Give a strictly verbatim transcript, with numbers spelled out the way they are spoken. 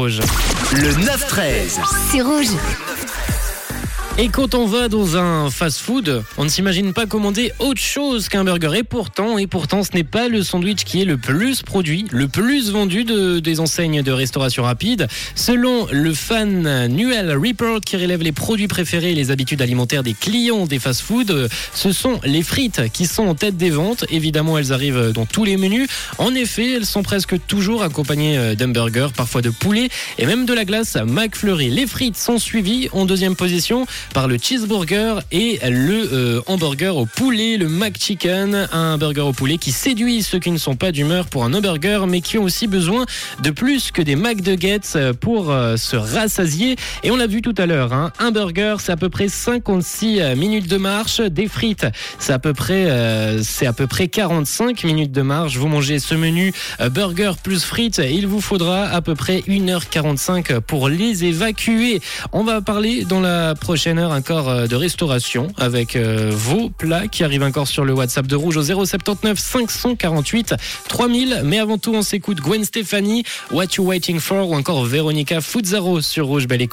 Rouge. Le neuf treize. C'est Rouge. Et quand on va dans un fast-food, on ne s'imagine pas commander autre chose qu'un burger. Et pourtant, et pourtant, ce n'est pas le sandwich qui est le plus produit, le plus vendu de, des enseignes de restauration rapide. Selon le Fan Nuel Report qui relève les produits préférés et les habitudes alimentaires des clients des fast-food, ce sont les frites qui sont en tête des ventes. Évidemment, elles arrivent dans tous les menus. En effet, elles sont presque toujours accompagnées d'hamburgers, parfois de poulet et même de la glace McFlurry. Les frites sont suivies en deuxième position par le cheeseburger et le euh, hamburger au poulet, le McChicken, un burger au poulet qui séduit ceux qui ne sont pas d'humeur pour un hamburger mais qui ont aussi besoin de plus que des McNuggets pour euh, se rassasier. Et on l'a vu tout à l'heure, hein, un burger c'est à peu près cinquante-six minutes de marche, des frites c'est à peu près euh, c'est à peu près quarante-cinq minutes de marche. Vous mangez ce menu euh, burger plus frites, il vous faudra à peu près une heure quarante-cinq pour les évacuer. On va parler dans la prochaine heure encore de restauration avec euh, vos plats qui arrivent encore sur le WhatsApp de Rouge au zéro soixante-dix-neuf cinq cent quarante-huit trois mille. Mais avant tout, on s'écoute Gwen Stefani, What You Waiting For ou encore Veronica Fuzzaro sur Rouge. Belle écoute.